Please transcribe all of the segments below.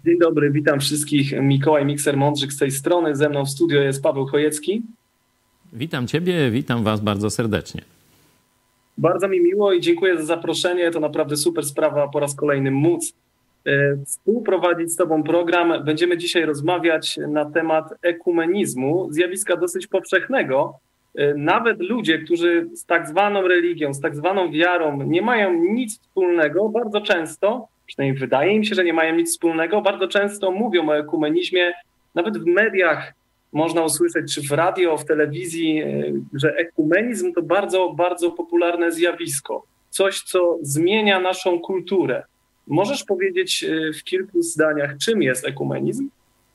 Dzień dobry, witam wszystkich. Mikołaj Mikser-Mądrzyk z tej strony. Ze mną w studio jest Paweł Chojecki. Witam Ciebie, witam Was bardzo serdecznie. Bardzo mi miło i dziękuję za zaproszenie. To naprawdę super sprawa po raz kolejny móc współprowadzić z Tobą program. Będziemy dzisiaj rozmawiać na temat ekumenizmu, zjawiska dosyć powszechnego. Nawet ludzie, którzy z tak zwaną religią, z tak zwaną wiarą nie mają nic wspólnego, bardzo często, przynajmniej wydaje im się, że nie mają nic wspólnego, bardzo często mówią o ekumenizmie. Nawet w mediach można usłyszeć, czy w radio, w telewizji, że ekumenizm to bardzo, bardzo popularne zjawisko. Coś, co zmienia naszą kulturę. Możesz powiedzieć w kilku zdaniach, czym jest ekumenizm?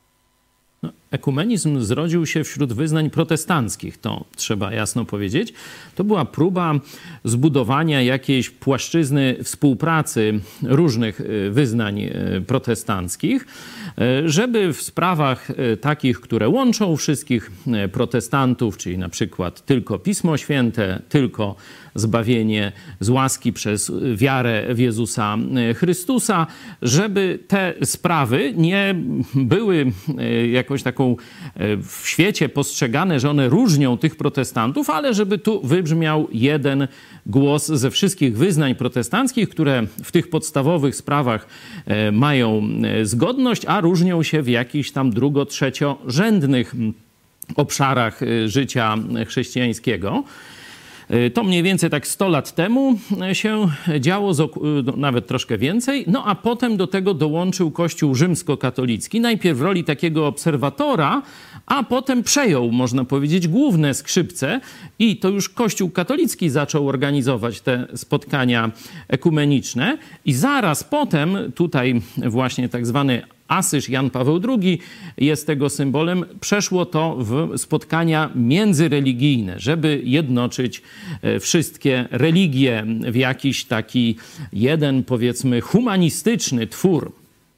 Ekumenizm zrodził się wśród wyznań protestanckich, to trzeba jasno powiedzieć. To była próba zbudowania jakiejś płaszczyzny współpracy różnych wyznań protestanckich, żeby w sprawach takich, które łączą wszystkich protestantów, czyli na przykład tylko Pismo Święte, tylko zbawienie z łaski przez wiarę w Jezusa Chrystusa, żeby te sprawy nie były jakoś taką w świecie postrzegane, że one różnią tych protestantów, ale żeby tu wybrzmiał jeden głos ze wszystkich wyznań protestanckich, które w tych podstawowych sprawach mają zgodność, a różnią się w jakichś tam trzeciorzędnych obszarach życia chrześcijańskiego. To mniej więcej tak 100 lat temu się działo, nawet troszkę więcej. No a potem do tego dołączył Kościół rzymskokatolicki, najpierw w roli takiego obserwatora, a potem przejął, można powiedzieć, główne skrzypce i to już Kościół katolicki zaczął organizować te spotkania ekumeniczne i zaraz potem tutaj właśnie tak zwany Asyż Jan Paweł II jest tego symbolem. Przeszło to w spotkania międzyreligijne, żeby jednoczyć wszystkie religie w jakiś taki jeden, powiedzmy, humanistyczny twór.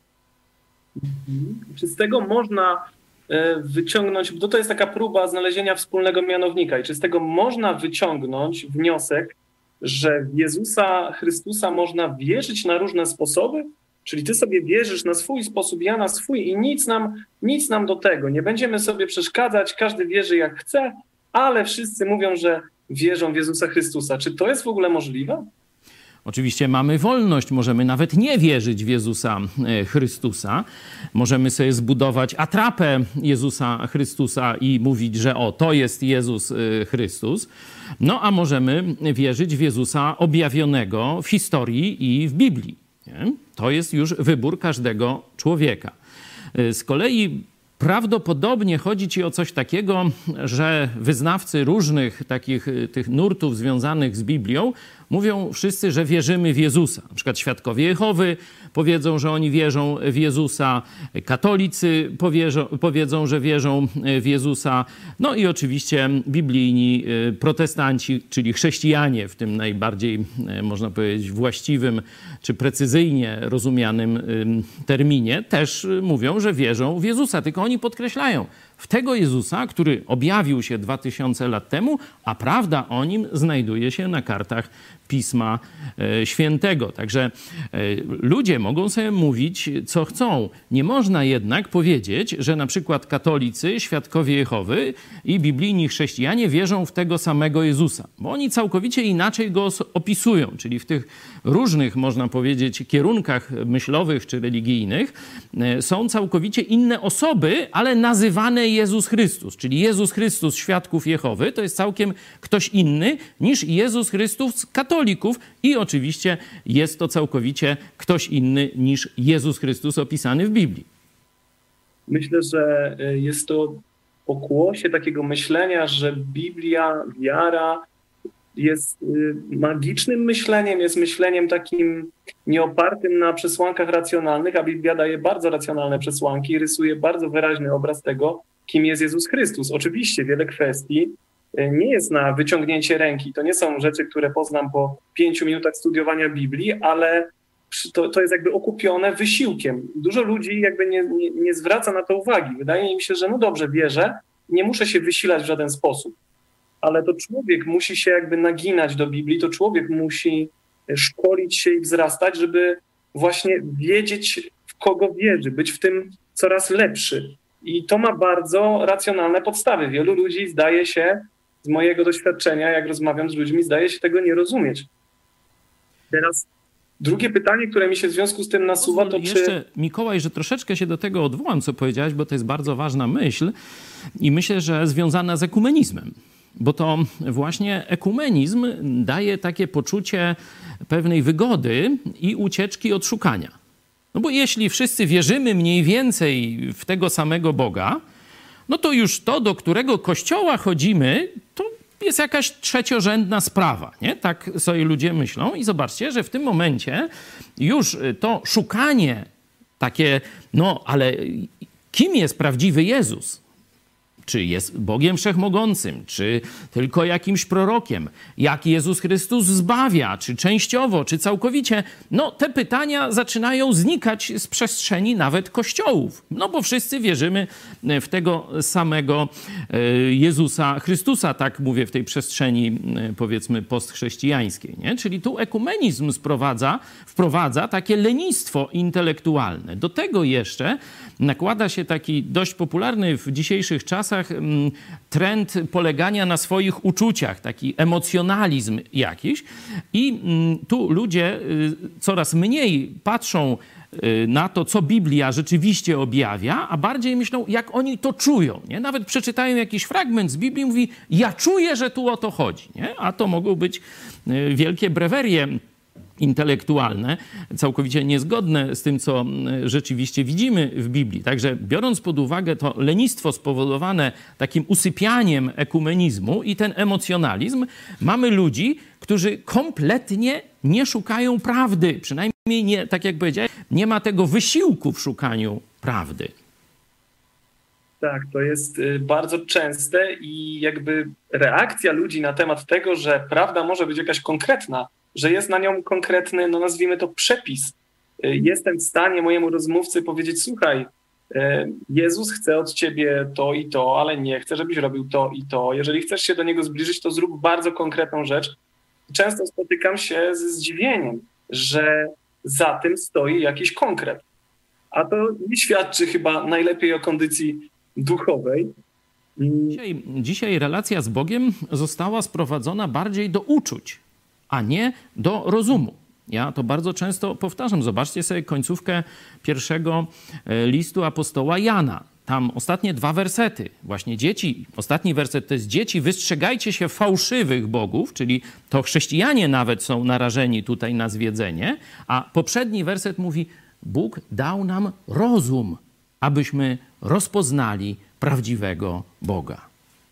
Czy z tego można wyciągnąć, bo to jest taka próba znalezienia wspólnego mianownika i czy z tego można wyciągnąć wniosek, że w Jezusa Chrystusa można wierzyć na różne sposoby? Czyli ty sobie wierzysz na swój sposób, ja na swój i nic nam do tego. Nie będziemy sobie przeszkadzać, każdy wierzy jak chce, ale wszyscy mówią, że wierzą w Jezusa Chrystusa. Czy to jest w ogóle możliwe? Oczywiście mamy wolność, możemy nawet nie wierzyć w Jezusa Chrystusa. Możemy sobie zbudować atrapę Jezusa Chrystusa i mówić, że to jest Jezus Chrystus. No a możemy wierzyć w Jezusa objawionego w historii i w Biblii. Nie? To jest już wybór każdego człowieka. Z kolei prawdopodobnie chodzi ci o coś takiego, że wyznawcy różnych takich tych nurtów związanych z Biblią mówią wszyscy, że wierzymy w Jezusa. Na przykład świadkowie Jehowy powiedzą, że oni wierzą w Jezusa, katolicy powiedzą, że wierzą w Jezusa, no i oczywiście biblijni protestanci, czyli chrześcijanie w tym najbardziej, można powiedzieć, właściwym czy precyzyjnie rozumianym terminie, też mówią, że wierzą w Jezusa, tylko oni podkreślają, w tego Jezusa, który objawił się 2000 lat temu, a prawda o nim znajduje się na kartach Pisma Świętego. Także ludzie mogą sobie mówić, co chcą. Nie można jednak powiedzieć, że na przykład katolicy, świadkowie Jehowy i biblijni chrześcijanie wierzą w tego samego Jezusa, bo oni całkowicie inaczej go opisują, czyli w tych różnych, można powiedzieć, kierunkach myślowych czy religijnych są całkowicie inne osoby, ale nazywane Jezus Chrystus, czyli Jezus Chrystus świadków Jehowy to jest całkiem ktoś inny niż Jezus Chrystus katolików i oczywiście jest to całkowicie ktoś inny niż Jezus Chrystus opisany w Biblii. Myślę, że jest to pokłosie takiego myślenia, że Biblia, wiara jest magicznym myśleniem, jest myśleniem takim nieopartym na przesłankach racjonalnych, a Biblia daje bardzo racjonalne przesłanki i rysuje bardzo wyraźny obraz tego, kim jest Jezus Chrystus. Oczywiście wiele kwestii nie jest na wyciągnięcie ręki. To nie są rzeczy, które poznam po 5 minutach studiowania Biblii, ale to jest jakby okupione wysiłkiem. Dużo ludzi jakby nie zwraca na to uwagi. Wydaje im się, że no dobrze, wierzę, nie muszę się wysilać w żaden sposób. Ale to człowiek musi się jakby naginać do Biblii, to człowiek musi szkolić się i wzrastać, żeby właśnie wiedzieć, w kogo wierzy, być w tym coraz lepszy. I to ma bardzo racjonalne podstawy. Wielu ludzi zdaje się, z mojego doświadczenia, jak rozmawiam z ludźmi, zdaje się tego nie rozumieć. Teraz drugie pytanie, które mi się w związku z tym nasuwa, to jeszcze, Mikołaj, że troszeczkę się do tego odwołam, co powiedziałeś, bo to jest bardzo ważna myśl i myślę, że związana z ekumenizmem. Bo to właśnie ekumenizm daje takie poczucie pewnej wygody i ucieczki od szukania. No bo jeśli wszyscy wierzymy mniej więcej w tego samego Boga, no to już to, do którego kościoła chodzimy, to jest jakaś trzeciorzędna sprawa, nie? Tak sobie ludzie myślą i zobaczcie, że w tym momencie już to szukanie takie, no ale kim jest prawdziwy Jezus? Czy jest Bogiem Wszechmogącym, czy tylko jakimś prorokiem? Jak Jezus Chrystus zbawia, czy częściowo, czy całkowicie? No te pytania zaczynają znikać z przestrzeni nawet kościołów. No bo wszyscy wierzymy w tego samego Jezusa Chrystusa, tak mówię, w tej przestrzeni powiedzmy postchrześcijańskiej, nie? Czyli tu ekumenizm wprowadza takie lenistwo intelektualne. Do tego jeszcze nakłada się taki dość popularny w dzisiejszych czasach trend polegania na swoich uczuciach, taki emocjonalizm jakiś. I tu ludzie coraz mniej patrzą na to, co Biblia rzeczywiście objawia, a bardziej myślą, jak oni to czują. Nie? Nawet przeczytają jakiś fragment z Biblii i mówi, ja czuję, że tu o to chodzi. Nie? A to mogą być wielkie brewerie intelektualne, całkowicie niezgodne z tym, co rzeczywiście widzimy w Biblii. Także biorąc pod uwagę to lenistwo spowodowane takim usypianiem ekumenizmu i ten emocjonalizm, mamy ludzi, którzy kompletnie nie szukają prawdy. Przynajmniej nie, tak jak powiedziałem, nie ma tego wysiłku w szukaniu prawdy. Tak, to jest bardzo częste i jakby reakcja ludzi na temat tego, że prawda może być jakaś konkretna, że jest na nią konkretny, no nazwijmy to przepis. Jestem w stanie mojemu rozmówcy powiedzieć, słuchaj, Jezus chce od ciebie to i to, ale nie chce, żebyś robił to i to. Jeżeli chcesz się do Niego zbliżyć, to zrób bardzo konkretną rzecz. Często spotykam się ze zdziwieniem, że za tym stoi jakiś konkret. A to nie świadczy chyba najlepiej o kondycji duchowej. Dzisiaj relacja z Bogiem została sprowadzona bardziej do uczuć, a nie do rozumu. Ja to bardzo często powtarzam. Zobaczcie sobie końcówkę pierwszego listu apostoła Jana. Tam ostatnie 2 wersety. Właśnie dzieci, ostatni werset to jest dzieci, wystrzegajcie się fałszywych bogów, czyli to chrześcijanie nawet są narażeni tutaj na zwiedzenie, a poprzedni werset mówi, Bóg dał nam rozum, abyśmy rozpoznali prawdziwego Boga.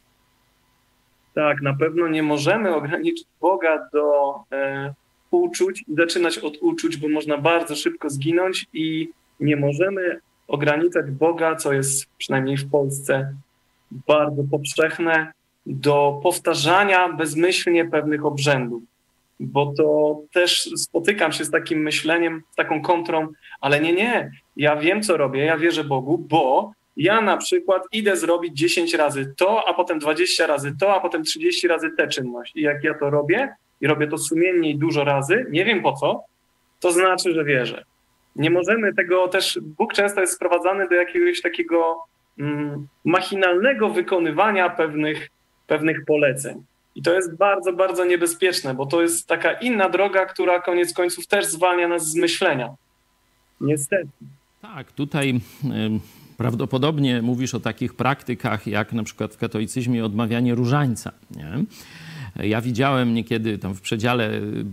Tak, na pewno nie możemy ograniczyć Boga do uczuć i zaczynać od uczuć, bo można bardzo szybko zginąć i nie możemy ograniczać Boga, co jest przynajmniej w Polsce bardzo powszechne, do powtarzania bezmyślnie pewnych obrzędów. Bo to też spotykam się z takim myśleniem, z taką kontrą, ale nie, ja wiem, co robię, ja wierzę Bogu, bo ja na przykład idę zrobić 10 razy to, a potem 20 razy to, a potem 30 razy tę czynność. I jak ja to robię, i robię to sumiennie i dużo razy, nie wiem po co, to znaczy, że wierzę. Nie możemy tego też, Bóg często jest sprowadzany do jakiegoś takiego machinalnego wykonywania pewnych poleceń. I to jest bardzo, bardzo niebezpieczne, bo to jest taka inna droga, która koniec końców też zwalnia nas z myślenia. Niestety. Tak, tutaj prawdopodobnie mówisz o takich praktykach, jak na przykład w katolicyzmie odmawianie różańca, nie? Ja widziałem niekiedy tam w przedziale,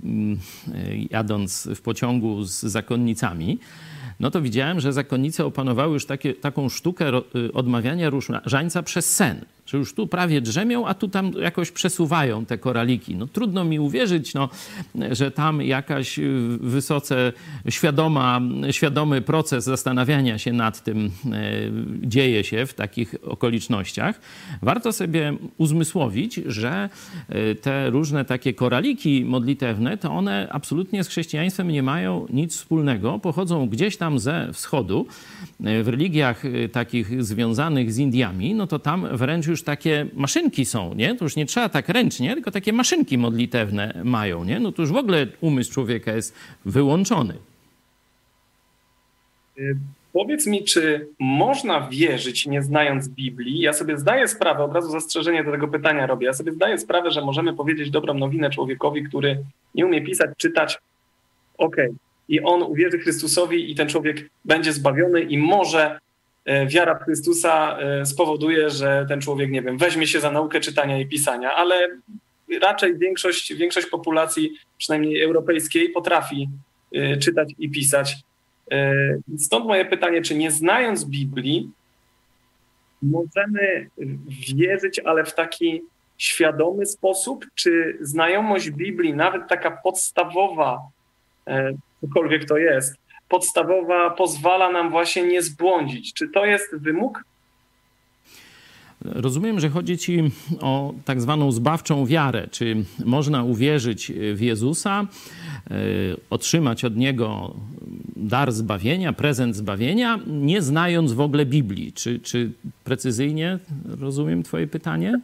jadąc w pociągu z zakonnicami, no to widziałem, że zakonnice opanowały już taką sztukę odmawiania różańca przez sen. Że już tu prawie drzemią, a tu tam jakoś przesuwają te koraliki. No trudno mi uwierzyć, że tam jakaś wysoce świadomy proces zastanawiania się nad tym dzieje się w takich okolicznościach. Warto sobie uzmysłowić, że te różne takie koraliki modlitewne, to one absolutnie z chrześcijaństwem nie mają nic wspólnego. Pochodzą gdzieś tam ze wschodu. W religiach takich związanych z Indiami, no to tam wręcz już takie maszynki są, nie? To już nie trzeba tak ręcznie, tylko takie maszynki modlitewne mają, nie? No to już w ogóle umysł człowieka jest wyłączony. Powiedz mi, czy można wierzyć, nie znając Biblii? Ja sobie zdaję sprawę, od razu zastrzeżenie do tego pytania robię, ja sobie zdaję sprawę, że możemy powiedzieć dobrą nowinę człowiekowi, który nie umie pisać, czytać, okej. I on uwierzy Chrystusowi i ten człowiek będzie zbawiony i może wiara w Chrystusa spowoduje, że ten człowiek, nie wiem, weźmie się za naukę czytania i pisania, ale raczej większość populacji, przynajmniej europejskiej, potrafi czytać i pisać. Stąd moje pytanie, czy nie znając Biblii możemy wierzyć, ale w taki świadomy sposób, czy znajomość Biblii, nawet taka podstawowa, cokolwiek to jest, podstawowa pozwala nam właśnie nie zbłądzić? Czy to jest wymóg? Rozumiem, że chodzi ci o tak zwaną zbawczą wiarę. Czy można uwierzyć w Jezusa, otrzymać od Niego dar zbawienia, prezent zbawienia, nie znając w ogóle Biblii? Czy precyzyjnie rozumiem twoje pytanie?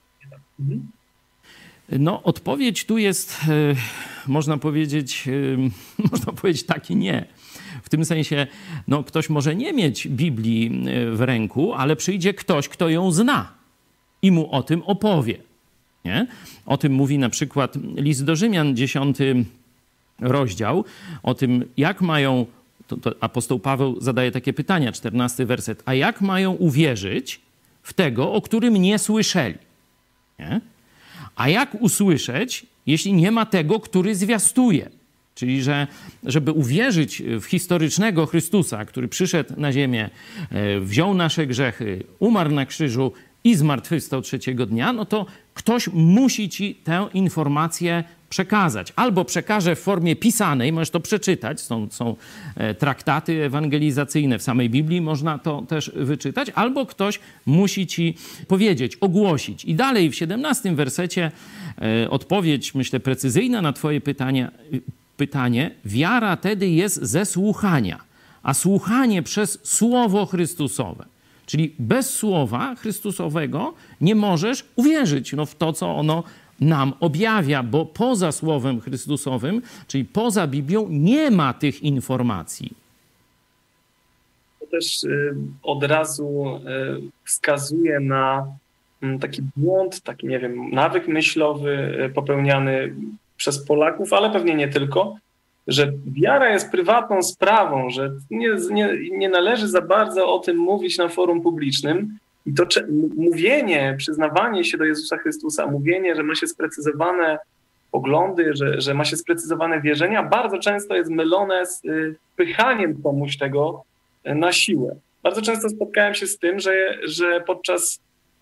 No, odpowiedź tu jest, można powiedzieć tak i nie. W tym sensie, no, ktoś może nie mieć Biblii w ręku, ale przyjdzie ktoś, kto ją zna i mu o tym opowie. Nie? O tym mówi na przykład list do Rzymian, 10 rozdział, o tym, jak mają, to apostoł Paweł zadaje takie pytania, 14 werset, a jak mają uwierzyć w tego, o którym nie słyszeli? Nie? A jak usłyszeć, jeśli nie ma tego, który zwiastuje? Czyli, żeby uwierzyć w historycznego Chrystusa, który przyszedł na ziemię, wziął nasze grzechy, umarł na krzyżu i zmartwychwstał trzeciego dnia, no to ktoś musi ci tę informację przekazać. Albo przekaże w formie pisanej, możesz to przeczytać, są traktaty ewangelizacyjne w samej Biblii, można to też wyczytać, albo ktoś musi ci powiedzieć, ogłosić. I dalej w 17 wersecie odpowiedź, myślę, precyzyjna na twoje pytanie, wiara tedy jest ze słuchania, a słuchanie przez Słowo Chrystusowe. Czyli bez Słowa Chrystusowego nie możesz uwierzyć w to, co ono nam objawia, bo poza Słowem Chrystusowym, czyli poza Biblią, nie ma tych informacji. To też od razu wskazuje na taki błąd, taki, nie wiem, nawyk myślowy popełniany przez Polaków, ale pewnie nie tylko, że wiara jest prywatną sprawą, że nie należy za bardzo o tym mówić na forum publicznym. I to mówienie, przyznawanie się do Jezusa Chrystusa, mówienie, że ma się sprecyzowane poglądy, że ma się sprecyzowane wierzenia, bardzo często jest mylone z wpychaniem komuś tego na siłę. Bardzo często spotkałem się z tym, że podczas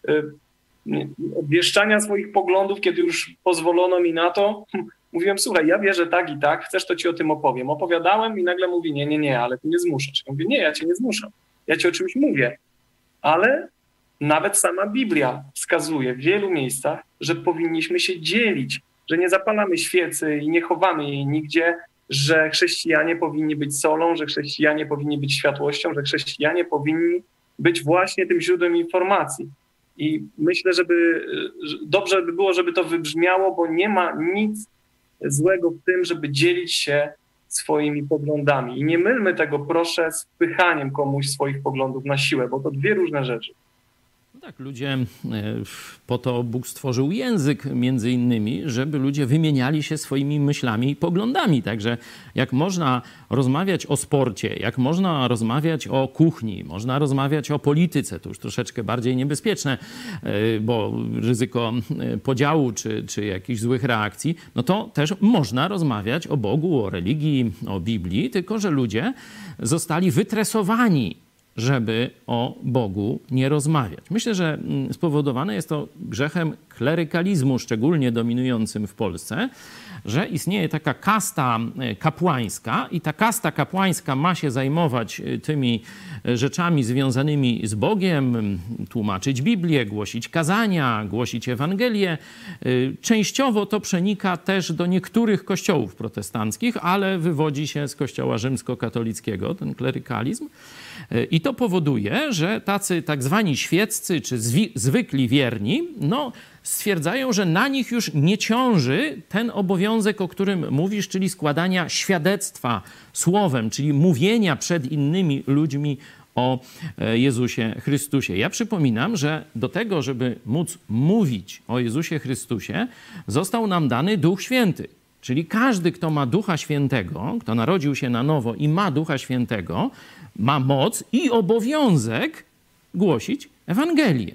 obwieszczania swoich poglądów, kiedy już pozwolono mi na to, mówiłem, słuchaj, ja wierzę tak i tak, chcesz, to ci o tym opowiem. Opowiadałem i nagle mówi, nie, ale ty nie zmuszasz. Ja mówię, nie, ja cię nie zmuszam. Ja ci o czymś mówię. Ale nawet sama Biblia wskazuje w wielu miejscach, że powinniśmy się dzielić, że nie zapalamy świecy i nie chowamy jej nigdzie, że chrześcijanie powinni być solą, że chrześcijanie powinni być światłością, że chrześcijanie powinni być właśnie tym źródłem informacji. I myślę, dobrze by było, żeby to wybrzmiało, bo nie ma nic złego w tym, żeby dzielić się swoimi poglądami. I nie mylmy tego, proszę, z wpychaniem komuś swoich poglądów na siłę, bo to dwie różne rzeczy. Tak, ludzie, po to Bóg stworzył język między innymi, żeby ludzie wymieniali się swoimi myślami i poglądami. Także jak można rozmawiać o sporcie, jak można rozmawiać o kuchni, można rozmawiać o polityce, to już troszeczkę bardziej niebezpieczne, bo ryzyko podziału czy jakichś złych reakcji, no to też można rozmawiać o Bogu, o religii, o Biblii, tylko że ludzie zostali wytresowani, żeby o Bogu nie rozmawiać. Myślę, że spowodowane jest to grzechem klerykalizmu, szczególnie dominującym w Polsce, że istnieje taka kasta kapłańska i ta kasta kapłańska ma się zajmować tymi rzeczami związanymi z Bogiem, tłumaczyć Biblię, głosić kazania, głosić Ewangelię. Częściowo to przenika też do niektórych kościołów protestanckich, ale wywodzi się z kościoła rzymskokatolickiego, ten klerykalizm. I to powoduje, że tacy tak zwani świeccy czy zwykli wierni, no, stwierdzają, że na nich już nie ciąży ten obowiązek, o którym mówisz, czyli składania świadectwa słowem, czyli mówienia przed innymi ludźmi o Jezusie Chrystusie. Ja przypominam, że do tego, żeby móc mówić o Jezusie Chrystusie, został nam dany Duch Święty. Czyli każdy, kto ma Ducha Świętego, kto narodził się na nowo i ma Ducha Świętego, ma moc i obowiązek głosić Ewangelię.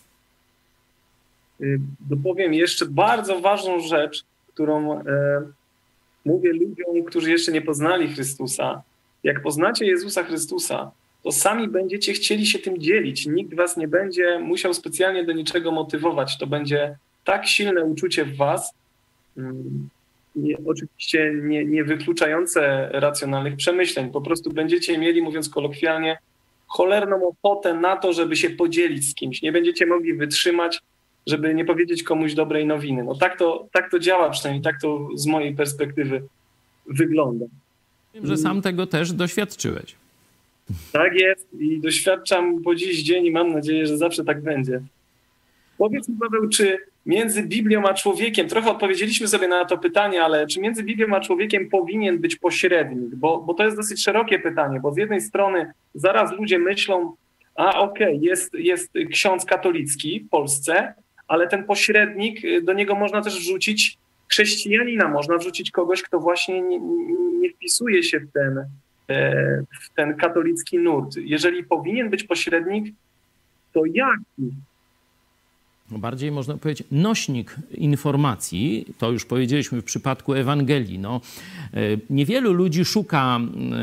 Dopowiem jeszcze bardzo ważną rzecz, którą mówię ludziom, którzy jeszcze nie poznali Chrystusa. Jak poznacie Jezusa Chrystusa, to sami będziecie chcieli się tym dzielić. Nikt was nie będzie musiał specjalnie do niczego motywować. To będzie tak silne uczucie w was, oczywiście nie wykluczające racjonalnych przemyśleń. Po prostu będziecie mieli, mówiąc kolokwialnie, cholerną ochotę na to, żeby się podzielić z kimś. Nie będziecie mogli wytrzymać, żeby nie powiedzieć komuś dobrej nowiny. No tak to działa, przynajmniej tak to z mojej perspektywy wygląda. Wiem, że sam tego też doświadczyłeś. Tak jest i doświadczam po dziś dzień i mam nadzieję, że zawsze tak będzie. Powiedz mi, Paweł, czy między Biblią a człowiekiem, trochę odpowiedzieliśmy sobie na to pytanie, ale czy między Biblią a człowiekiem powinien być pośrednik? Bo to jest dosyć szerokie pytanie, bo z jednej strony zaraz ludzie myślą, jest ksiądz katolicki w Polsce, ale ten pośrednik, do niego można też wrzucić chrześcijanina, można wrzucić kogoś, kto właśnie nie wpisuje się w ten katolicki nurt. Jeżeli powinien być pośrednik, to jaki? Bardziej można powiedzieć nośnik informacji, to już powiedzieliśmy w przypadku Ewangelii. Niewielu ludzi szuka,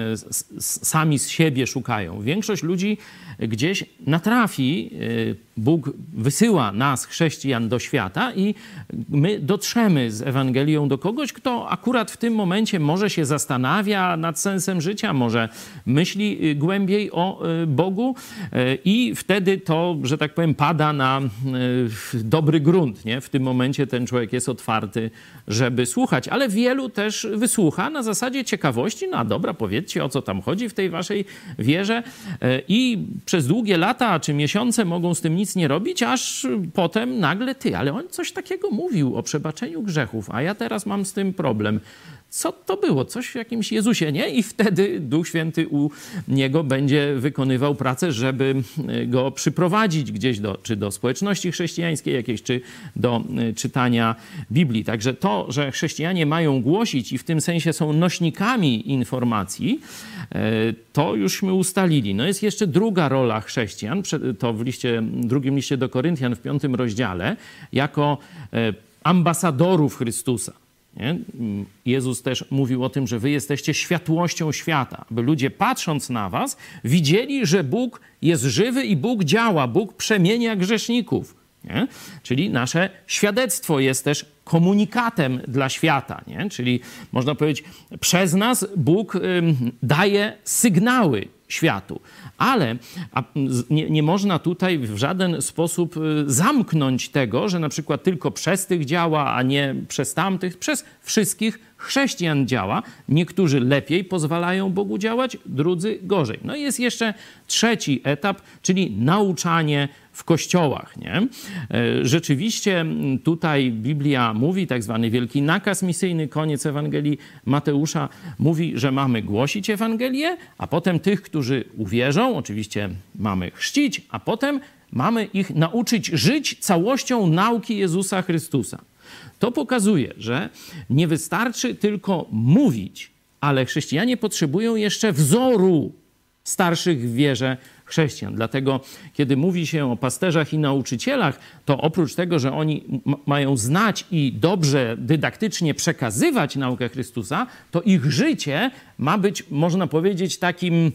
sami z siebie szukają. Większość ludzi gdzieś natrafi, Bóg wysyła nas, chrześcijan, do świata i my dotrzemy z Ewangelią do kogoś, kto akurat w tym momencie może się zastanawia nad sensem życia, może myśli głębiej o Bogu i wtedy to, że tak powiem, pada na dobry grunt. Nie? W tym momencie ten człowiek jest otwarty, żeby słuchać, ale wielu też wysłucha na zasadzie ciekawości. No dobra, powiedzcie, o co tam chodzi w tej waszej wierze i przez długie lata czy miesiące mogą z tym nic nie robić, aż potem nagle ale on coś takiego mówił o przebaczeniu grzechów, a ja teraz mam z tym problem. Co to było? Coś w jakimś Jezusie, nie? I wtedy Duch Święty u niego będzie wykonywał pracę, żeby go przyprowadzić gdzieś czy do społeczności chrześcijańskiej jakiejś, czy do czytania Biblii. Także to, że chrześcijanie mają głosić i w tym sensie są nośnikami informacji, to jużśmy ustalili. No jest jeszcze druga rola chrześcijan, to w drugim liście do Koryntian w 5 rozdziale, jako ambasadorów Chrystusa. Nie? Jezus też mówił o tym, że wy jesteście światłością świata, by ludzie patrząc na was widzieli, że Bóg jest żywy i Bóg działa, Bóg przemienia grzeszników. Nie? Czyli nasze świadectwo jest też komunikatem dla świata. Nie? Czyli można powiedzieć, przez nas Bóg daje sygnały światu. Ale nie można tutaj w żaden sposób zamknąć tego, że na przykład tylko przez tych działa, a nie przez tamtych. Przez wszystkich chrześcijan działa. Niektórzy lepiej pozwalają Bogu działać, drudzy gorzej. No i jest jeszcze trzeci etap, czyli nauczanie w kościołach. Nie? Rzeczywiście tutaj Biblia mówi, tak zwany wielki nakaz misyjny, koniec Ewangelii Mateusza, mówi, że mamy głosić Ewangelię, a potem tych, którzy uwierzą, oczywiście mamy chrzcić, a potem mamy ich nauczyć żyć całością nauki Jezusa Chrystusa. To pokazuje, że nie wystarczy tylko mówić, ale chrześcijanie potrzebują jeszcze wzoru starszych w wierze chrześcijan. Dlatego, kiedy mówi się o pasterzach i nauczycielach, to oprócz tego, że oni mają znać i dobrze dydaktycznie przekazywać naukę Chrystusa, to ich życie ma być, można powiedzieć, takim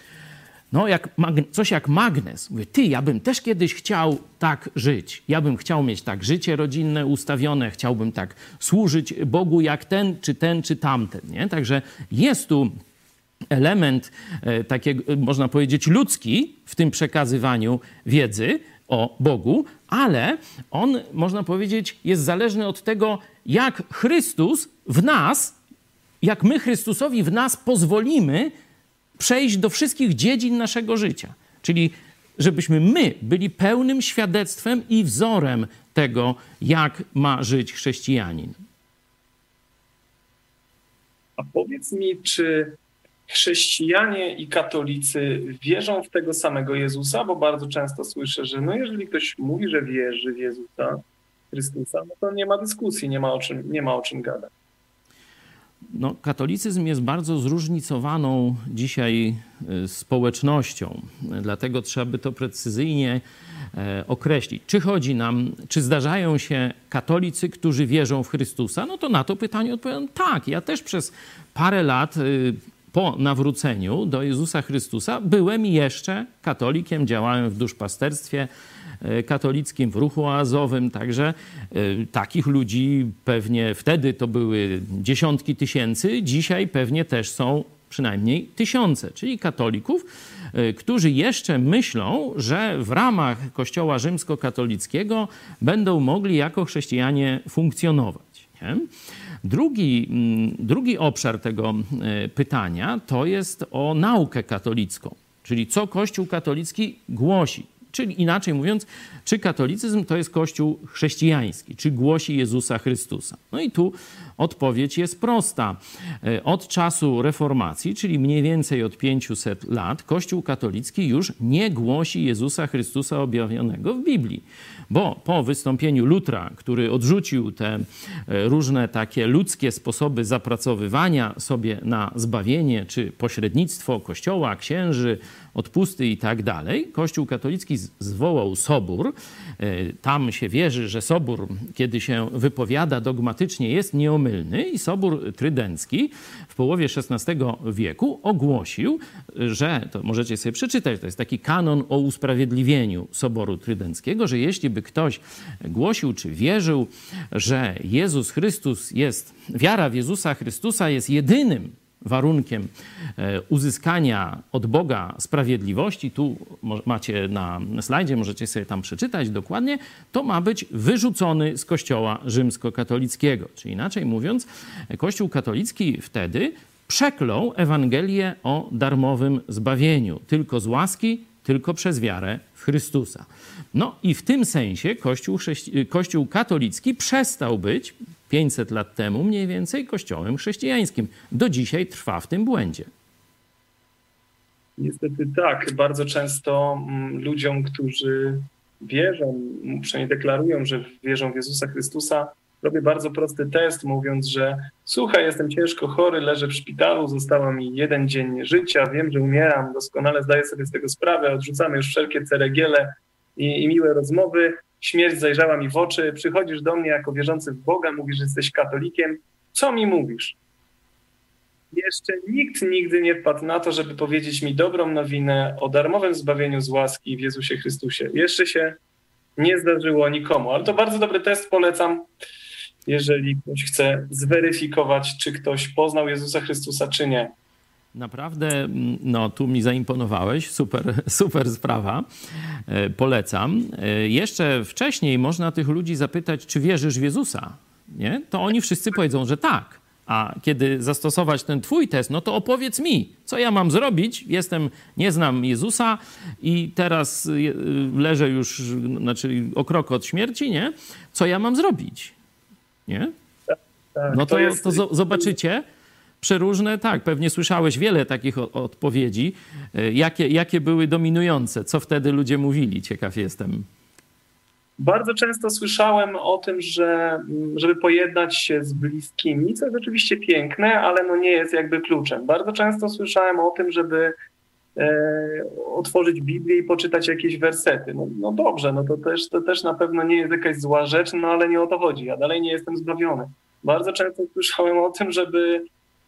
coś jak magnes. Mówię, ja bym też kiedyś chciał tak żyć. Ja bym chciał mieć tak życie rodzinne ustawione, chciałbym tak służyć Bogu jak ten, czy tamten. Nie? Także jest tu element takiego, można powiedzieć, ludzki w tym przekazywaniu wiedzy o Bogu, ale on, można powiedzieć, jest zależny od tego, jak Chrystus w nas, jak my Chrystusowi w nas pozwolimy przejść do wszystkich dziedzin naszego życia. Czyli żebyśmy my byli pełnym świadectwem i wzorem tego, jak ma żyć chrześcijanin. A powiedz mi, czy chrześcijanie i katolicy wierzą w tego samego Jezusa? Bo bardzo często słyszę, że no jeżeli ktoś mówi, że wierzy w Jezusa Chrystusa, no to nie ma dyskusji, nie ma o czym gadać. No, katolicyzm jest bardzo zróżnicowaną dzisiaj społecznością, dlatego trzeba by to precyzyjnie określić. Czy chodzi nam, czy zdarzają się katolicy, którzy wierzą w Chrystusa? No to na to pytanie odpowiadam tak. Ja też przez parę lat po nawróceniu do Jezusa Chrystusa byłem jeszcze katolikiem, działałem w duszpasterstwie katolickim, w ruchu oazowym, także takich ludzi pewnie wtedy to były dziesiątki tysięcy, dzisiaj pewnie też są przynajmniej tysiące, czyli katolików, którzy jeszcze myślą, że w ramach Kościoła rzymskokatolickiego będą mogli jako chrześcijanie funkcjonować. Nie? Drugi obszar tego pytania to jest o naukę katolicką, czyli co Kościół katolicki głosi. Czyli inaczej mówiąc, czy katolicyzm to jest Kościół chrześcijański, czy głosi Jezusa Chrystusa? No i tu odpowiedź jest prosta. Od czasu reformacji, czyli mniej więcej od 500 lat, Kościół katolicki już nie głosi Jezusa Chrystusa objawionego w Biblii. Bo po wystąpieniu Lutra, który odrzucił te różne takie ludzkie sposoby zapracowywania sobie na zbawienie, czy pośrednictwo Kościoła, księży, odpusty i tak dalej, Kościół katolicki zwołał sobór. Tam się wierzy, że sobór, kiedy się wypowiada dogmatycznie, jest nieomylny i sobór trydencki w połowie XVI wieku ogłosił, że, to możecie sobie przeczytać, to jest taki kanon o usprawiedliwieniu soboru trydenckiego, że jeśli by ktoś głosił czy wierzył, że Jezus Chrystus jest, wiara w Jezusa Chrystusa jest jedynym warunkiem uzyskania od Boga sprawiedliwości, tu macie na slajdzie, możecie sobie tam przeczytać dokładnie, to ma być wyrzucony z Kościoła rzymskokatolickiego. Czyli inaczej mówiąc, Kościół katolicki wtedy przeklął Ewangelię o darmowym zbawieniu, tylko z łaski, tylko przez wiarę w Chrystusa. No i w tym sensie Kościół katolicki przestał być 500 lat temu mniej więcej kościołem chrześcijańskim. Do dzisiaj trwa w tym błędzie. Niestety tak. Bardzo często ludziom, którzy wierzą, przynajmniej deklarują, że wierzą w Jezusa Chrystusa, robię bardzo prosty test, mówiąc, że słuchaj, jestem ciężko chory, leżę w szpitalu, zostało mi 1 dzień życia, wiem, że umieram, doskonale zdaję sobie z tego sprawę, odrzucamy już wszelkie ceregiele i miłe rozmowy. Śmierć zajrzała mi w oczy, przychodzisz do mnie jako wierzący w Boga, mówisz, że jesteś katolikiem. Co mi mówisz? Jeszcze nikt nigdy nie wpadł na to, żeby powiedzieć mi dobrą nowinę o darmowym zbawieniu z łaski w Jezusie Chrystusie. Jeszcze się nie zdarzyło nikomu, ale to bardzo dobry test, polecam, jeżeli ktoś chce zweryfikować, czy ktoś poznał Jezusa Chrystusa, czy nie. Naprawdę, no tu mi zaimponowałeś, super sprawa, polecam. Jeszcze wcześniej można tych ludzi zapytać, czy wierzysz w Jezusa, nie? To oni wszyscy powiedzą, że tak. A kiedy zastosować ten twój test, no to opowiedz mi, co ja mam zrobić, nie znam Jezusa i teraz leżę już, znaczy o krok od śmierci, nie? Co ja mam zrobić, nie? Tak, no to zobaczycie. Przeróżne, tak, pewnie słyszałeś wiele takich odpowiedzi. Jakie były dominujące? Co wtedy ludzie mówili? Ciekaw jestem. Bardzo często słyszałem o tym, że żeby pojednać się z bliskimi, co jest oczywiście piękne, ale no nie jest jakby kluczem. Bardzo często słyszałem o tym, żeby otworzyć Biblię i poczytać jakieś wersety. No dobrze, no to też na pewno nie jest jakaś zła rzecz, no ale nie o to chodzi. Ja dalej nie jestem zbawiony. Bardzo często słyszałem o tym, żeby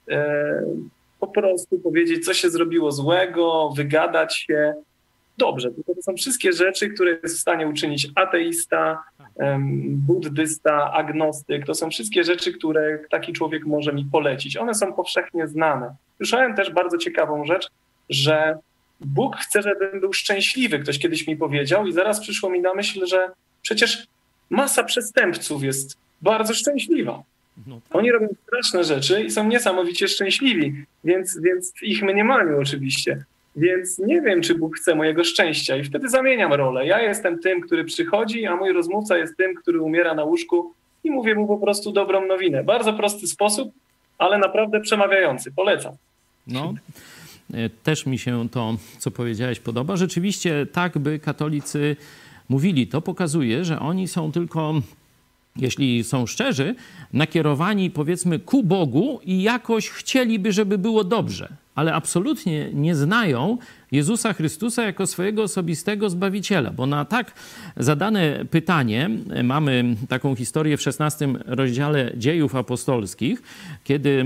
po prostu powiedzieć, co się zrobiło złego, wygadać się. Dobrze, tylko to są wszystkie rzeczy, które jest w stanie uczynić ateista, buddysta, agnostyk. To są wszystkie rzeczy, które taki człowiek może mi polecić. One są powszechnie znane. Słyszałem też bardzo ciekawą rzecz, że Bóg chce, żebym był szczęśliwy. Ktoś kiedyś mi powiedział i zaraz przyszło mi na myśl, że przecież masa przestępców jest bardzo szczęśliwa. No tak. Oni robią straszne rzeczy i są niesamowicie szczęśliwi, więc w ich mniemaniu oczywiście. Więc nie wiem, czy Bóg chce mojego szczęścia i wtedy zamieniam rolę. Ja jestem tym, który przychodzi, a mój rozmówca jest tym, który umiera na łóżku i mówię mu po prostu dobrą nowinę. Bardzo prosty sposób, ale naprawdę przemawiający. Polecam. No, też mi się to, co powiedziałeś, podoba. Rzeczywiście tak by katolicy mówili. To pokazuje, że oni są tylko, jeśli są szczerzy, nakierowani powiedzmy ku Bogu i jakoś chcieliby, żeby było dobrze, ale absolutnie nie znają Jezusa Chrystusa jako swojego osobistego Zbawiciela, bo na tak zadane pytanie mamy taką historię w 16 rozdziale Dziejów Apostolskich, kiedy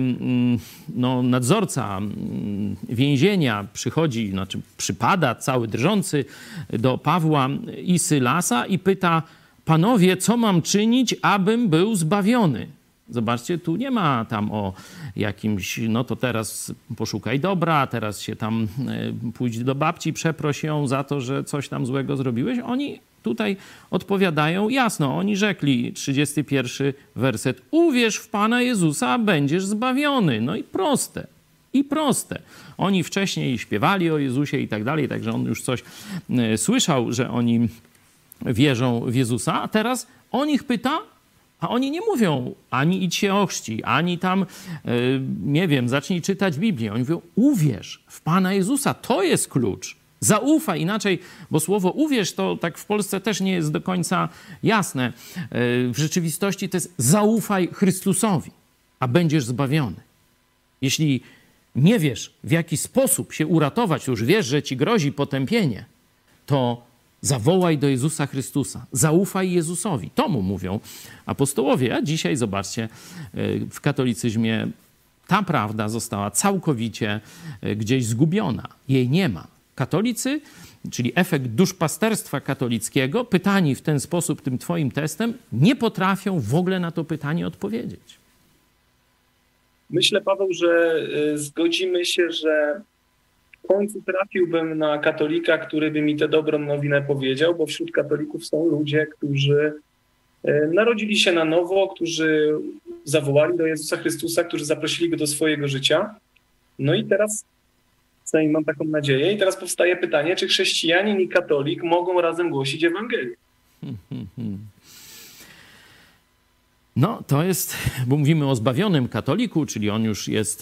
nadzorca więzienia przychodzi, znaczy przypada cały drżący do Pawła i Sylasa i pyta: panowie, co mam czynić, abym był zbawiony? Zobaczcie, tu nie ma tam o jakimś, no to teraz poszukaj dobra, teraz się tam pójdź do babci, przeproś ją za to, że coś tam złego zrobiłeś. Oni tutaj odpowiadają jasno. Oni rzekli, 31 werset: uwierz w Pana Jezusa, a będziesz zbawiony. No i proste. I proste. Oni wcześniej śpiewali o Jezusie i tak dalej, także on już coś słyszał, że oni wierzą w Jezusa, a teraz on ich pyta, a oni nie mówią ani idź się ochrzci, ani tam, nie wiem, zacznij czytać Biblię. Oni mówią: uwierz w Pana Jezusa, to jest klucz. Zaufaj, inaczej, bo słowo uwierz to tak w Polsce też nie jest do końca jasne. W rzeczywistości to jest zaufaj Chrystusowi, a będziesz zbawiony. Jeśli nie wiesz, w jaki sposób się uratować, już wiesz, że ci grozi potępienie, to zawołaj do Jezusa Chrystusa. Zaufaj Jezusowi. To mu mówią apostołowie. A dzisiaj, zobaczcie, w katolicyzmie ta prawda została całkowicie gdzieś zgubiona. Jej nie ma. Katolicy, czyli efekt duszpasterstwa katolickiego, pytani w ten sposób tym twoim testem, nie potrafią w ogóle na to pytanie odpowiedzieć. Myślę, Paweł, że zgodzimy się, że w końcu trafiłbym na katolika, który by mi tę dobrą nowinę powiedział, bo wśród katolików są ludzie, którzy narodzili się na nowo, którzy zawołali do Jezusa Chrystusa, którzy zaprosili Go do swojego życia. No i teraz, przynajmniej mam taką nadzieję, i teraz powstaje pytanie, czy chrześcijanin i katolik mogą razem głosić Ewangelię? No, to jest, bo mówimy o zbawionym katoliku, czyli on już jest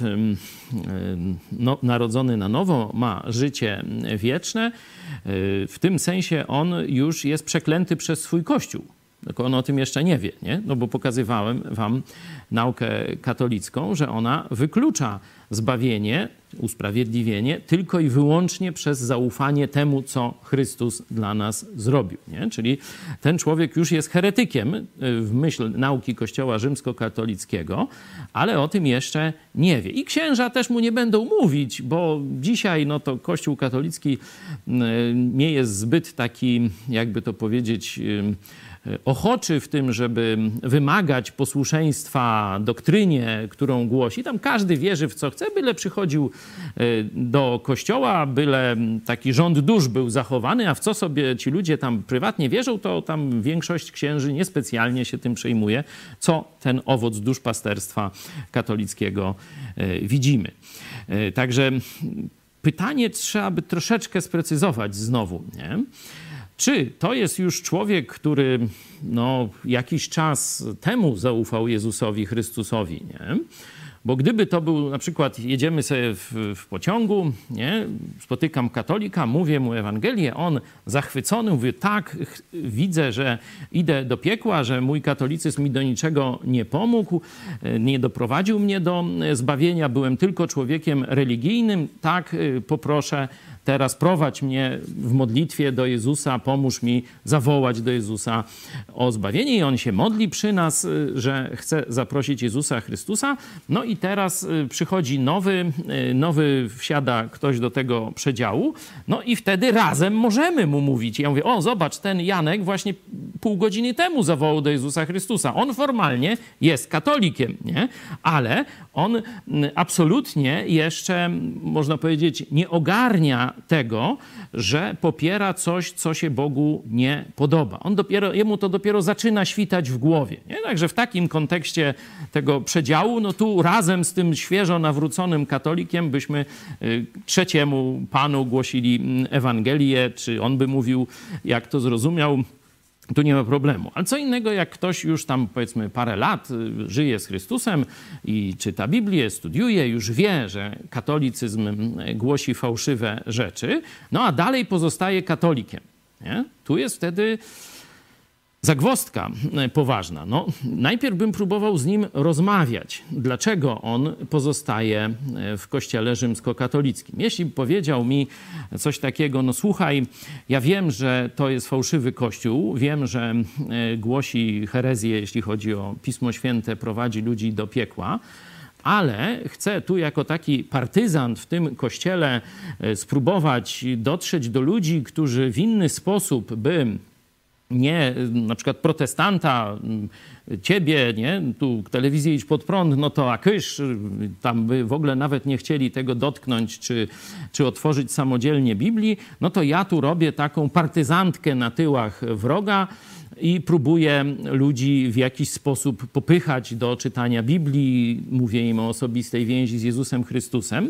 narodzony na nowo, ma życie wieczne. W tym sensie on już jest przeklęty przez swój Kościół. Tylko on o tym jeszcze nie wie, nie? No bo pokazywałem wam naukę katolicką, że ona wyklucza zbawienie, usprawiedliwienie tylko i wyłącznie przez zaufanie temu, co Chrystus dla nas zrobił, nie? Czyli ten człowiek już jest heretykiem w myśl nauki Kościoła rzymskokatolickiego, ale o tym jeszcze nie wie. I księża też mu nie będą mówić, bo dzisiaj no to Kościół katolicki nie jest zbyt taki, jakby to powiedzieć, ochoczy w tym, żeby wymagać posłuszeństwa doktrynie, którą głosi. Tam każdy wierzy w co chce, byle przychodził do kościoła, byle taki rząd dusz był zachowany, a w co sobie ci ludzie tam prywatnie wierzą, to tam większość księży niespecjalnie się tym przejmuje, co ten owoc duszpasterstwa katolickiego widzimy. Także pytanie trzeba by troszeczkę sprecyzować znowu, nie? Czy to jest już człowiek, który jakiś czas temu zaufał Jezusowi Chrystusowi, nie? Bo gdyby to był, na przykład jedziemy sobie w pociągu, nie? Spotykam katolika, mówię mu Ewangelię, on zachwycony, mówi: tak, widzę, że idę do piekła, że mój katolicyzm mi do niczego nie pomógł, nie doprowadził mnie do zbawienia, byłem tylko człowiekiem religijnym, tak, poproszę, teraz prowadź mnie w modlitwie do Jezusa, pomóż mi zawołać do Jezusa o zbawienie. I on się modli przy nas, że chce zaprosić Jezusa Chrystusa. No i teraz przychodzi nowy wsiada ktoś do tego przedziału, no i wtedy razem możemy mu mówić. I ja mówię: o, zobacz, ten Janek właśnie pół godziny temu zawołał do Jezusa Chrystusa. On formalnie jest katolikiem, nie? Ale on absolutnie jeszcze, można powiedzieć, nie ogarnia tego, że popiera coś, co się Bogu nie podoba. Jemu to dopiero zaczyna świtać w głowie. Nie? Także w takim kontekście tego przedziału, no tu razem z tym świeżo nawróconym katolikiem byśmy trzeciemu panu głosili Ewangelię, czy on by mówił, jak to zrozumiał, tu nie ma problemu. Ale co innego, jak ktoś już tam, powiedzmy, parę lat żyje z Chrystusem i czyta Biblię, studiuje, już wie, że katolicyzm głosi fałszywe rzeczy, no a dalej pozostaje katolikiem. Nie? Tu jest wtedy zagwozdka poważna. No, najpierw bym próbował z nim rozmawiać. Dlaczego on pozostaje w kościele rzymskokatolickim? Jeśli powiedział mi coś takiego, no słuchaj, ja wiem, że to jest fałszywy kościół, wiem, że głosi herezję, jeśli chodzi o Pismo Święte, prowadzi ludzi do piekła, ale chcę tu jako taki partyzant w tym kościele spróbować dotrzeć do ludzi, którzy w inny sposób by nie, na przykład protestanta, ciebie, nie, tu telewizję Idź Pod Prąd, no to a kysz, tam by w ogóle nawet nie chcieli tego dotknąć, czy otworzyć samodzielnie Biblii, no to ja tu robię taką partyzantkę na tyłach wroga i próbuję ludzi w jakiś sposób popychać do czytania Biblii, mówię im o osobistej więzi z Jezusem Chrystusem,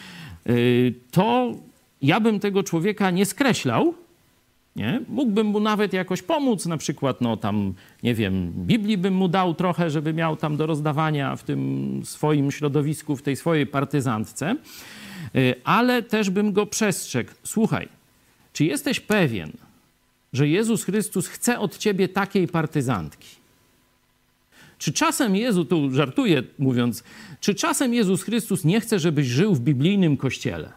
to ja bym tego człowieka nie skreślał, nie? Mógłbym mu nawet jakoś pomóc, na przykład, no tam, nie wiem, Biblii bym mu dał trochę, żeby miał tam do rozdawania w tym swoim środowisku, w tej swojej partyzantce, ale też bym go przestrzegł. Słuchaj, czy jesteś pewien, że Jezus Chrystus chce od ciebie takiej partyzantki? Czy czasem tu żartuję mówiąc, czy czasem Jezus Chrystus nie chce, żebyś żył w biblijnym kościele?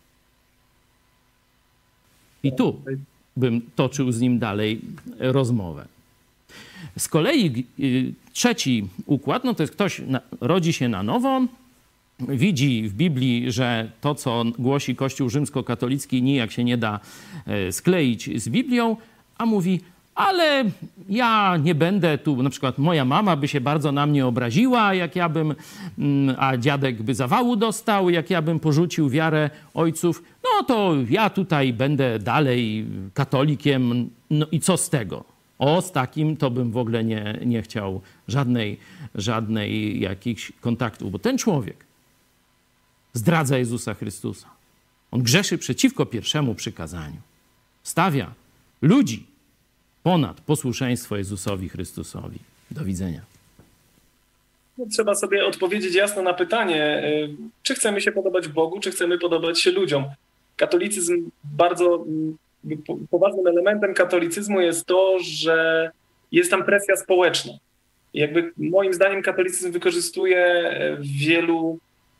I tu bym toczył z nim dalej rozmowę. Z kolei trzeci układ, no to jest ktoś rodzi się na nowo, widzi w Biblii, że to, co głosi Kościół rzymskokatolicki, nijak się nie da skleić z Biblią, a mówi, ale ja nie będę tu, na przykład moja mama by się bardzo na mnie obraziła, jak ja bym, a dziadek by zawału dostał, jak ja bym porzucił wiarę ojców, no to ja tutaj będę dalej katolikiem, no i co z tego? Z takim to bym w ogóle nie chciał żadnej jakichś kontaktów, bo ten człowiek zdradza Jezusa Chrystusa. On grzeszy przeciwko pierwszemu przykazaniu. Stawia ludzi ponad posłuszeństwo Jezusowi Chrystusowi. Do widzenia. Trzeba sobie odpowiedzieć jasno na pytanie, czy chcemy się podobać Bogu, czy chcemy podobać się ludziom. Katolicyzm, bardzo poważnym elementem katolicyzmu jest to, że jest tam presja społeczna. Jakby moim zdaniem katolicyzm wykorzystuje w wielu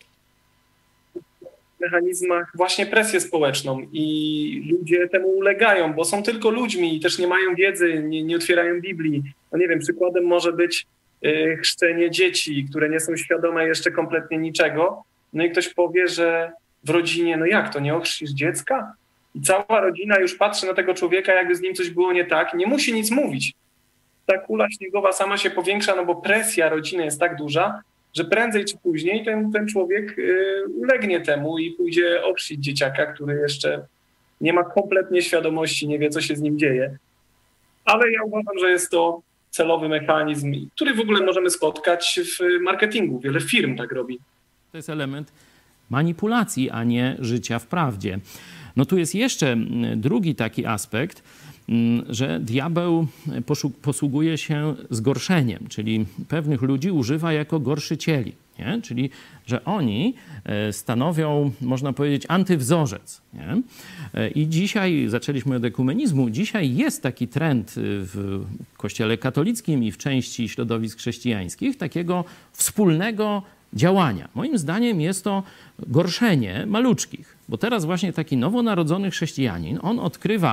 mechanizmach właśnie presję społeczną i ludzie temu ulegają, bo są tylko ludźmi i też nie mają wiedzy, nie otwierają Biblii. No nie wiem, przykładem może być chrzczenie dzieci, które nie są świadome jeszcze kompletnie niczego. No i ktoś powie, że w rodzinie, no jak to, nie ochrzcisz dziecka? I cała rodzina już patrzy na tego człowieka, jakby z nim coś było nie tak. Nie musi nic mówić. Ta kula śniegowa sama się powiększa, no bo presja rodziny jest tak duża, że prędzej czy później ten człowiek ulegnie temu i pójdzie ochrzcić dzieciaka, który jeszcze nie ma kompletnie świadomości, nie wie, co się z nim dzieje. Ale ja uważam, że jest to celowy mechanizm, który w ogóle możemy spotkać w marketingu. Wiele firm tak robi. To jest element manipulacji, a nie życia w prawdzie. No tu jest jeszcze drugi taki aspekt, że diabeł posługuje się zgorszeniem, czyli pewnych ludzi używa jako gorszycieli, nie? Czyli że oni stanowią, można powiedzieć, antywzorzec. Nie? I dzisiaj, zaczęliśmy od ekumenizmu, dzisiaj jest taki trend w Kościele katolickim i w części środowisk chrześcijańskich takiego wspólnego działania. Moim zdaniem jest to gorszenie maluczkich, bo teraz właśnie taki nowonarodzony chrześcijanin, on odkrywa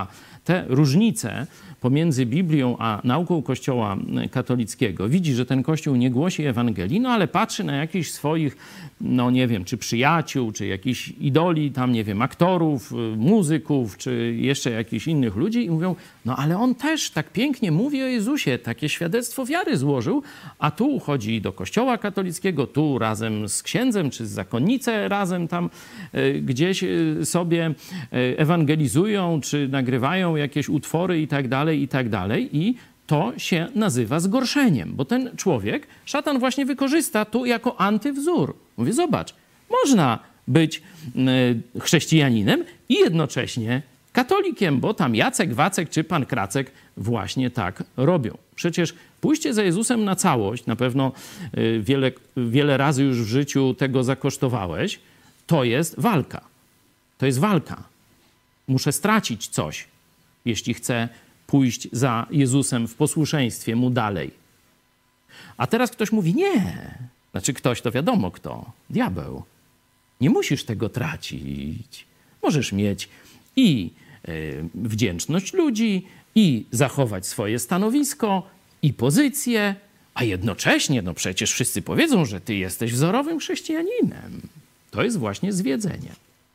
te różnice pomiędzy Biblią a nauką Kościoła katolickiego, widzi, że ten Kościół nie głosi Ewangelii, no ale patrzy na jakichś swoich, no nie wiem, czy przyjaciół, czy jakichś idoli, tam nie wiem, aktorów, muzyków, czy jeszcze jakichś innych ludzi i mówią, no ale on też tak pięknie mówi o Jezusie, takie świadectwo wiary złożył, a tu chodzi do Kościoła katolickiego, tu razem z księdzem, czy z zakonnicą razem tam gdzieś sobie ewangelizują, czy nagrywają jakieś utwory i tak dalej, i tak dalej. I to się nazywa zgorszeniem, bo ten człowiek, szatan właśnie wykorzysta tu jako antywzór. Mówi, zobacz, można być chrześcijaninem i jednocześnie katolikiem, bo tam Jacek, Wacek czy pan Kracek właśnie tak robią. Przecież pójście za Jezusem na całość, na pewno wiele razy już w życiu tego zakosztowałeś, to jest walka. To jest walka. Muszę stracić coś, jeśli chcę pójść za Jezusem w posłuszeństwie Mu dalej. A teraz ktoś mówi, nie. Znaczy ktoś, to wiadomo kto. Diabeł. Nie musisz tego tracić. Możesz mieć i wdzięczność ludzi, i zachować swoje stanowisko, i pozycję, a jednocześnie, no przecież wszyscy powiedzą, że ty jesteś wzorowym chrześcijaninem. To jest właśnie zwiedzenie.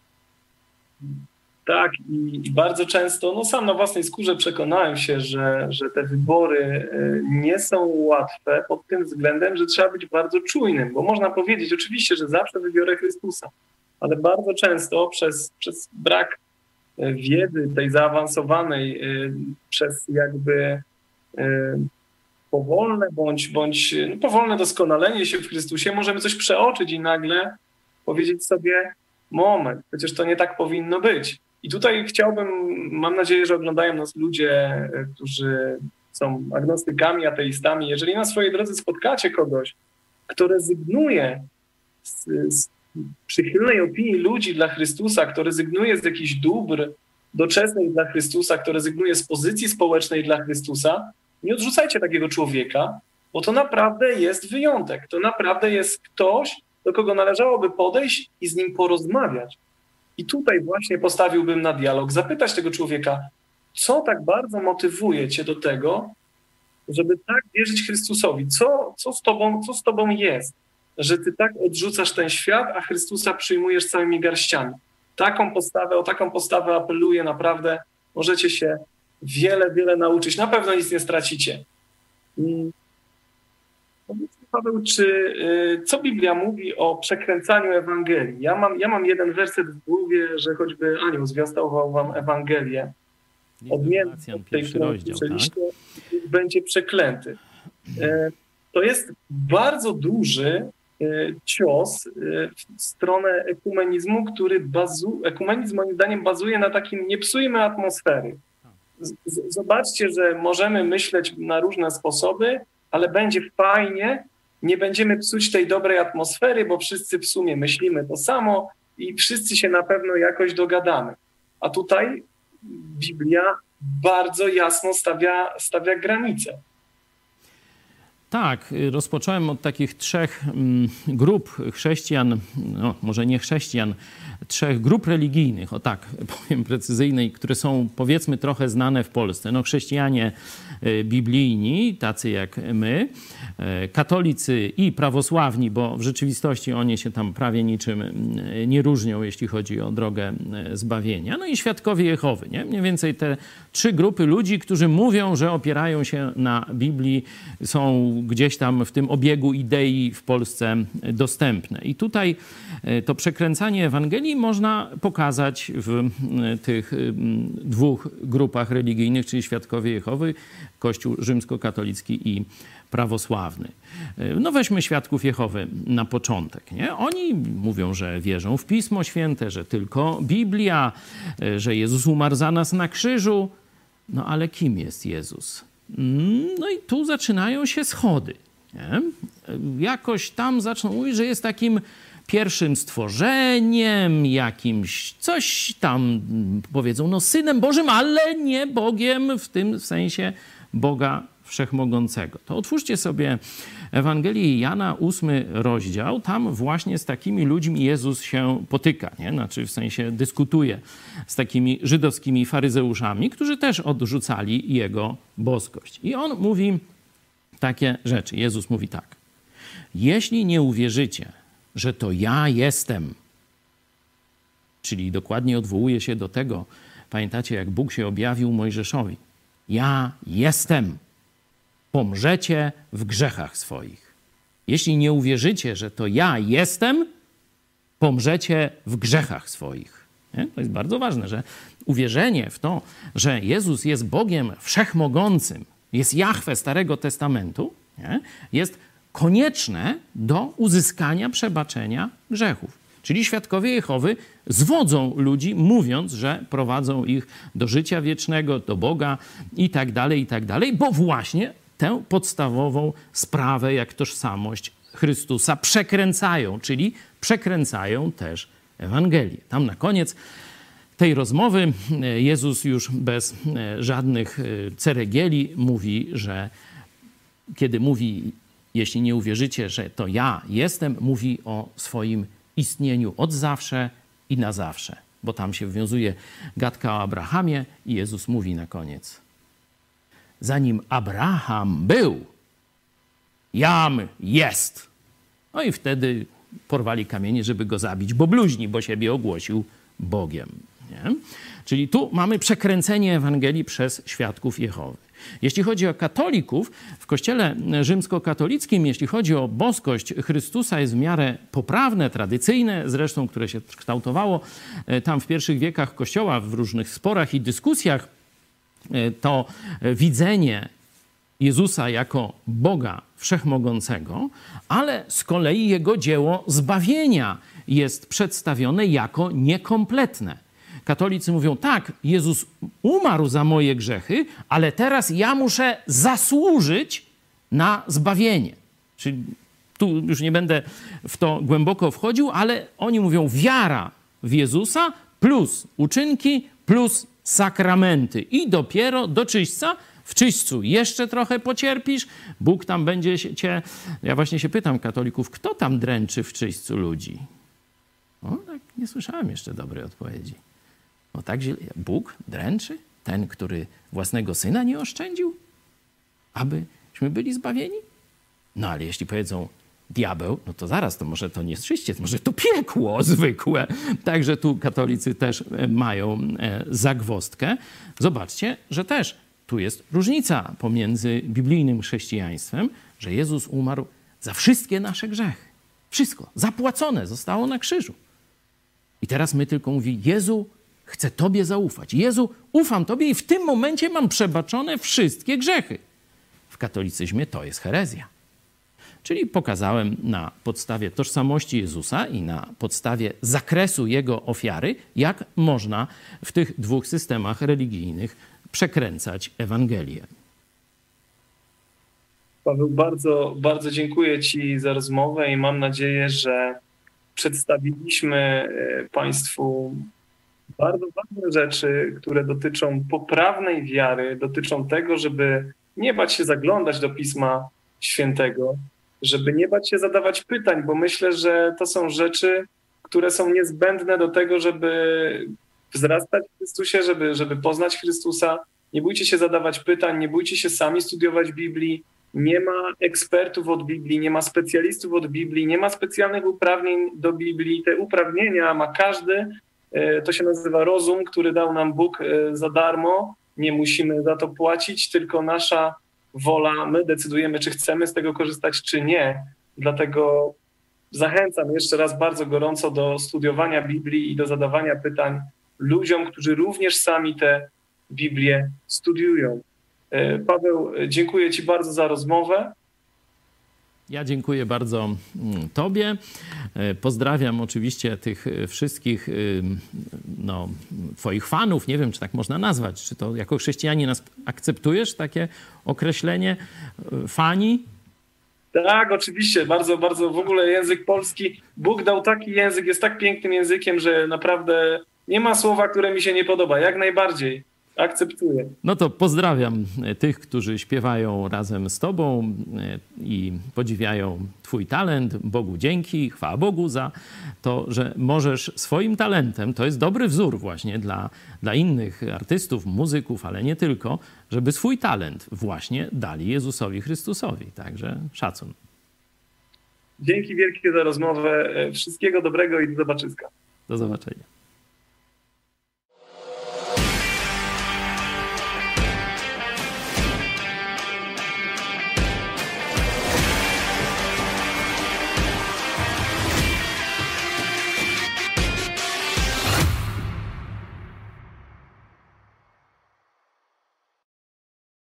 Tak, i bardzo często, no sam na własnej skórze przekonałem się, że te wybory nie są łatwe pod tym względem, że trzeba być bardzo czujnym, bo można powiedzieć oczywiście, że zawsze wybiorę Chrystusa, ale bardzo często przez brak wiedzy tej zaawansowanej, przez jakby powolne bądź powolne doskonalenie się w Chrystusie możemy coś przeoczyć i nagle powiedzieć sobie, moment, przecież to nie tak powinno być. I tutaj mam nadzieję, że oglądają nas ludzie, którzy są agnostykami, ateistami. Jeżeli na swojej drodze spotkacie kogoś, kto rezygnuje z przychylnej opinii ludzi dla Chrystusa, kto rezygnuje z jakichś dóbr doczesnych dla Chrystusa, kto rezygnuje z pozycji społecznej dla Chrystusa, nie odrzucajcie takiego człowieka, bo to naprawdę jest wyjątek. To naprawdę jest ktoś, do kogo należałoby podejść i z nim porozmawiać. I tutaj właśnie postawiłbym na dialog, zapytać tego człowieka, co tak bardzo motywuje cię do tego, żeby tak wierzyć Chrystusowi? Co z tobą jest, że ty tak odrzucasz ten świat, a Chrystusa przyjmujesz całymi garściami? O taką postawę apeluję, naprawdę możecie się wiele nauczyć. Na pewno nic nie stracicie. Paweł, co Biblia mówi o przekręcaniu Ewangelii? Ja mam jeden werset w głowie, że choćby anioł zwiastował wam Ewangelię, odmienny od tej, którą słyszeliście, będzie przeklęty. To jest bardzo duży cios w stronę ekumenizmu, ekumenizm moim zdaniem bazuje na takim nie psujmy atmosfery. Zobaczcie, że możemy myśleć na różne sposoby, ale będzie fajnie, nie będziemy psuć tej dobrej atmosfery, bo wszyscy w sumie myślimy to samo i wszyscy się na pewno jakoś dogadamy. A tutaj Biblia bardzo jasno stawia granice. Tak, rozpocząłem od takich 3 grup chrześcijan, no może nie chrześcijan, 3 grup religijnych, o tak powiem precyzyjnej, które są powiedzmy trochę znane w Polsce. No chrześcijanie biblijni, tacy jak my, katolicy i prawosławni, bo w rzeczywistości oni się tam prawie niczym nie różnią, jeśli chodzi o drogę zbawienia. No i świadkowie Jehowy, nie? Mniej więcej te 3 grupy ludzi, którzy mówią, że opierają się na Biblii, są gdzieś tam w tym obiegu idei w Polsce dostępne. I tutaj to przekręcanie Ewangelii można pokazać w tych 2 grupach religijnych, czyli świadkowie Jehowy, Kościół rzymskokatolicki i prawosławny. No weźmy świadków Jehowy na początek. Nie? Oni mówią, że wierzą w Pismo Święte, że tylko Biblia, że Jezus umarł za nas na krzyżu. No ale kim jest Jezus? No i tu zaczynają się schody. Nie? Jakoś tam zaczną mówić, że jest takim pierwszym stworzeniem, jakimś coś tam powiedzą, no Synem Bożym, ale nie Bogiem w tym sensie Boga Wszechmogącego. To otwórzcie sobie Ewangelię Jana, 8 rozdział. Tam właśnie z takimi ludźmi Jezus się potyka, nie? Znaczy w sensie dyskutuje z takimi żydowskimi faryzeuszami, którzy też odrzucali Jego boskość. I On mówi takie rzeczy. Jezus mówi tak. Jeśli nie uwierzycie, że to ja jestem, czyli dokładnie odwołuje się do tego, pamiętacie, jak Bóg się objawił Mojżeszowi. Ja jestem. Pomrzecie w grzechach swoich. Jeśli nie uwierzycie, że to ja jestem, pomrzecie w grzechach swoich. Nie? To jest bardzo ważne, że uwierzenie w to, że Jezus jest Bogiem wszechmogącym, jest Jahwe Starego Testamentu, nie? Jest konieczne do uzyskania przebaczenia grzechów. Czyli świadkowie Jehowy zwodzą ludzi, mówiąc, że prowadzą ich do życia wiecznego, do Boga i tak dalej, bo właśnie tę podstawową sprawę, jak tożsamość Chrystusa przekręcają, czyli przekręcają też Ewangelię. Tam na koniec tej rozmowy Jezus już bez żadnych ceregieli mówi, że kiedy mówi, jeśli nie uwierzycie, że to ja jestem, mówi o swoim istnieniu od zawsze i na zawsze. Bo tam się wwiązuje gadka o Abrahamie i Jezus mówi na koniec. Zanim Abraham był, jam jest. No i wtedy porwali kamienie, żeby go zabić, bo bluźni, bo siebie ogłosił Bogiem. Nie? Czyli tu mamy przekręcenie Ewangelii przez świadków Jehowy. Jeśli chodzi o katolików, w kościele rzymskokatolickim, jeśli chodzi o boskość Chrystusa, jest w miarę poprawne, tradycyjne, zresztą, które się kształtowało tam w pierwszych wiekach Kościoła w różnych sporach i dyskusjach, to widzenie Jezusa jako Boga Wszechmogącego, ale z kolei Jego dzieło zbawienia jest przedstawione jako niekompletne. Katolicy mówią, tak, Jezus umarł za moje grzechy, ale teraz ja muszę zasłużyć na zbawienie. Czyli tu już nie będę w to głęboko wchodził, ale oni mówią wiara w Jezusa plus uczynki plus sakramenty. I dopiero do czyśćca, w czyśćcu jeszcze trochę pocierpisz, Bóg tam będzie cię... Ja właśnie się pytam katolików, kto tam dręczy w czyśćcu ludzi? O, tak nie słyszałem jeszcze dobrej odpowiedzi. No tak, Bóg dręczy? Ten, który własnego Syna nie oszczędził? Abyśmy byli zbawieni? No ale jeśli powiedzą diabeł, no to zaraz, to może to nie jest czyściec, może to piekło zwykłe. Także tu katolicy też mają zagwozdkę. Zobaczcie, że też tu jest różnica pomiędzy biblijnym chrześcijaństwem, że Jezus umarł za wszystkie nasze grzechy. Wszystko zapłacone zostało na krzyżu. I teraz my tylko mówimy, Jezu, chcę Tobie zaufać. Jezu, ufam Tobie i w tym momencie mam przebaczone wszystkie grzechy. W katolicyzmie to jest herezja. Czyli pokazałem na podstawie tożsamości Jezusa i na podstawie zakresu Jego ofiary, jak można w tych dwóch systemach religijnych przekręcać Ewangelię. Paweł, bardzo, bardzo dziękuję Ci za rozmowę i mam nadzieję, że przedstawiliśmy Państwu bardzo ważne rzeczy, które dotyczą poprawnej wiary, dotyczą tego, żeby nie bać się zaglądać do Pisma Świętego, żeby nie bać się zadawać pytań, bo myślę, że to są rzeczy, które są niezbędne do tego, żeby wzrastać w Chrystusie, żeby poznać Chrystusa. Nie bójcie się zadawać pytań, nie bójcie się sami studiować Biblii. Nie ma ekspertów od Biblii, nie ma specjalistów od Biblii, nie ma specjalnych uprawnień do Biblii. Te uprawnienia ma każdy. To się nazywa rozum, który dał nam Bóg za darmo. Nie musimy za to płacić, tylko nasza wola, my decydujemy, czy chcemy z tego korzystać, czy nie. Dlatego zachęcam jeszcze raz bardzo gorąco do studiowania Biblii i do zadawania pytań ludziom, którzy również sami tę Biblię studiują. Paweł, dziękuję Ci bardzo za rozmowę. Ja dziękuję bardzo Tobie. Pozdrawiam oczywiście tych wszystkich Twoich fanów. Nie wiem, czy tak można nazwać. Czy to jako chrześcijanin nas akceptujesz takie określenie fani? Tak, oczywiście. Bardzo, bardzo w ogóle język polski. Bóg dał taki język, jest tak pięknym językiem, że naprawdę nie ma słowa, które mi się nie podoba. Jak najbardziej. Akceptuję. No to pozdrawiam tych, którzy śpiewają razem z Tobą i podziwiają Twój talent. Bogu dzięki, chwała Bogu za to, że możesz swoim talentem, to jest dobry wzór właśnie dla innych artystów, muzyków, ale nie tylko, żeby swój talent właśnie dali Jezusowi Chrystusowi. Także szacun. Dzięki wielkie za rozmowę. Wszystkiego dobrego i do zobaczyska. Do zobaczenia.